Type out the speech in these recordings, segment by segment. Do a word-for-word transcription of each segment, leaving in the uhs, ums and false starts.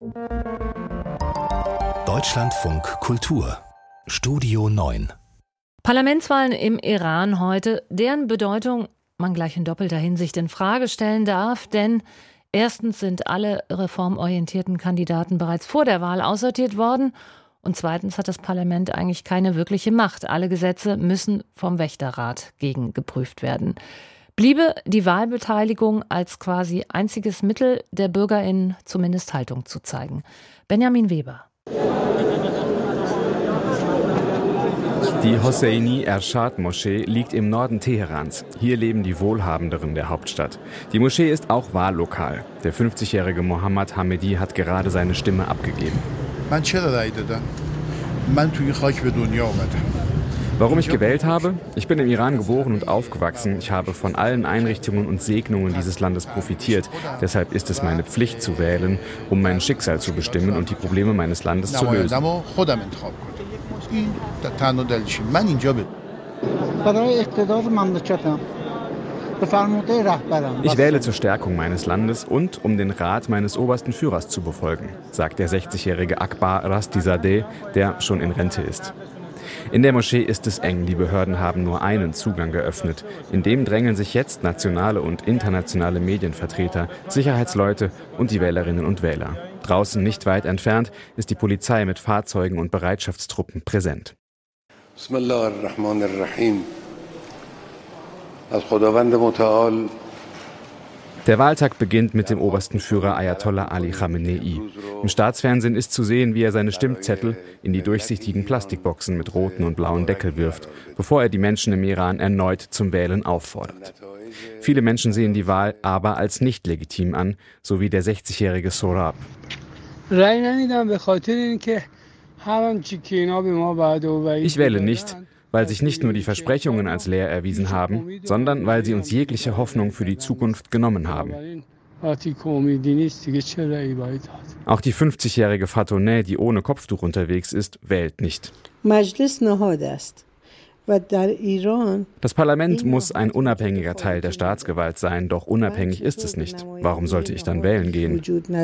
Deutschlandfunk Kultur Studio neun. Parlamentswahlen im Iran heute, deren Bedeutung man gleich in doppelter Hinsicht in Frage stellen darf, denn erstens sind alle reformorientierten Kandidaten bereits vor der Wahl aussortiert worden und zweitens hat das Parlament eigentlich keine wirkliche Macht. Alle Gesetze müssen vom Wächterrat gegengeprüft werden. Bliebe die Wahlbeteiligung als quasi einziges Mittel der BürgerInnen zumindest Haltung zu zeigen. Benjamin Weber. Die Hosseini-Ershad-Moschee liegt im Norden Teherans. Hier leben die Wohlhabenderen der Hauptstadt. Die Moschee ist auch Wahllokal. Der fünfzigjährige Mohammad Hamedi hat gerade seine Stimme abgegeben. Warum ich gewählt habe? Ich bin im Iran geboren und aufgewachsen. Ich habe von allen Einrichtungen und Segnungen dieses Landes profitiert. Deshalb ist es meine Pflicht zu wählen, um mein Schicksal zu bestimmen und die Probleme meines Landes zu lösen. Ich wähle zur Stärkung meines Landes und um den Rat meines obersten Führers zu befolgen, sagt der sechzigjährige Akbar Rastizadeh, der schon in Rente ist. In der Moschee ist es eng, die Behörden haben nur einen Zugang geöffnet. In dem drängen sich jetzt nationale und internationale Medienvertreter, Sicherheitsleute und die Wählerinnen und Wähler. Draußen, nicht weit entfernt, ist die Polizei mit Fahrzeugen und Bereitschaftstruppen präsent. Der Wahltag beginnt mit dem obersten Führer Ayatollah Ali Khamenei. Im Staatsfernsehen ist zu sehen, wie er seine Stimmzettel in die durchsichtigen Plastikboxen mit roten und blauen Deckel wirft, bevor er die Menschen im Iran erneut zum Wählen auffordert. Viele Menschen sehen die Wahl aber als nicht legitim an, so wie der sechzigjährige Sorab. Ich wähle nicht, weil sich nicht nur die Versprechungen als leer erwiesen haben, sondern weil sie uns jegliche Hoffnung für die Zukunft genommen haben. Auch die fünfzigjährige Fatoneh, die ohne Kopftuch unterwegs ist, wählt nicht. Das Parlament muss ein unabhängiger Teil der Staatsgewalt sein, doch unabhängig ist es nicht. Warum sollte ich dann wählen gehen?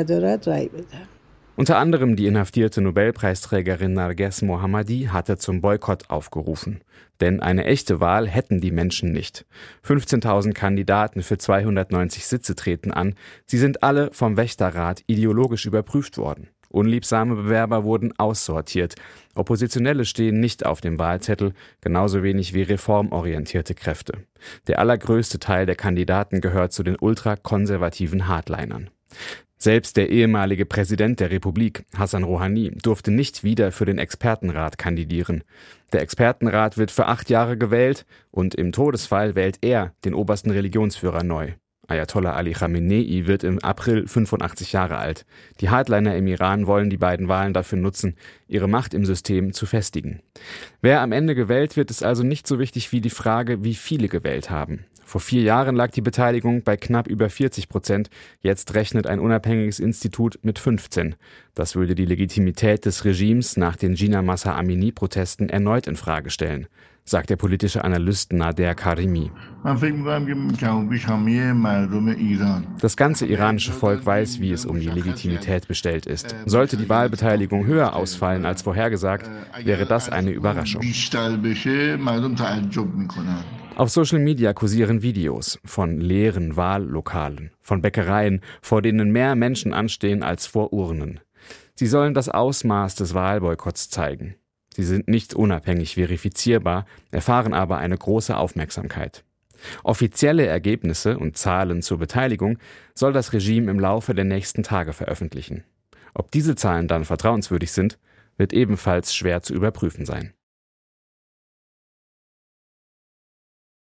Unter anderem die inhaftierte Nobelpreisträgerin Narges Mohammadi hatte zum Boykott aufgerufen. Denn eine echte Wahl hätten die Menschen nicht. fünfzehntausend Kandidaten für zweihundertneunzig Sitze treten an. Sie sind alle vom Wächterrat ideologisch überprüft worden. Unliebsame Bewerber wurden aussortiert. Oppositionelle stehen nicht auf dem Wahlzettel, genauso wenig wie reformorientierte Kräfte. Der allergrößte Teil der Kandidaten gehört zu den ultrakonservativen Hardlinern. Selbst der ehemalige Präsident der Republik, Hassan Rouhani, durfte nicht wieder für den Expertenrat kandidieren. Der Expertenrat wird für acht Jahre gewählt und im Todesfall wählt er den obersten Religionsführer neu. Ayatollah Ali Khamenei wird im April fünfundachtzig Jahre alt. Die Hardliner im Iran wollen die beiden Wahlen dafür nutzen, ihre Macht im System zu festigen. Wer am Ende gewählt wird, ist also nicht so wichtig wie die Frage, wie viele gewählt haben. Vor vier Jahren lag die Beteiligung bei knapp über vierzig Prozent. Jetzt rechnet ein unabhängiges Institut mit fünfzehn. Das würde die Legitimität des Regimes nach den Jina Mahsa Amini-Protesten erneut in Frage stellen, sagt der politische Analyst Nader Karimi. Das ganze iranische Volk weiß, wie es um die Legitimität bestellt ist. Sollte die Wahlbeteiligung höher ausfallen als vorhergesagt, wäre das eine Überraschung. Auf Social Media kursieren Videos von leeren Wahllokalen, von Bäckereien, vor denen mehr Menschen anstehen als vor Urnen. Sie sollen das Ausmaß des Wahlboykotts zeigen. Sie sind nicht unabhängig verifizierbar, erfahren aber eine große Aufmerksamkeit. Offizielle Ergebnisse und Zahlen zur Beteiligung soll das Regime im Laufe der nächsten Tage veröffentlichen. Ob diese Zahlen dann vertrauenswürdig sind, wird ebenfalls schwer zu überprüfen sein.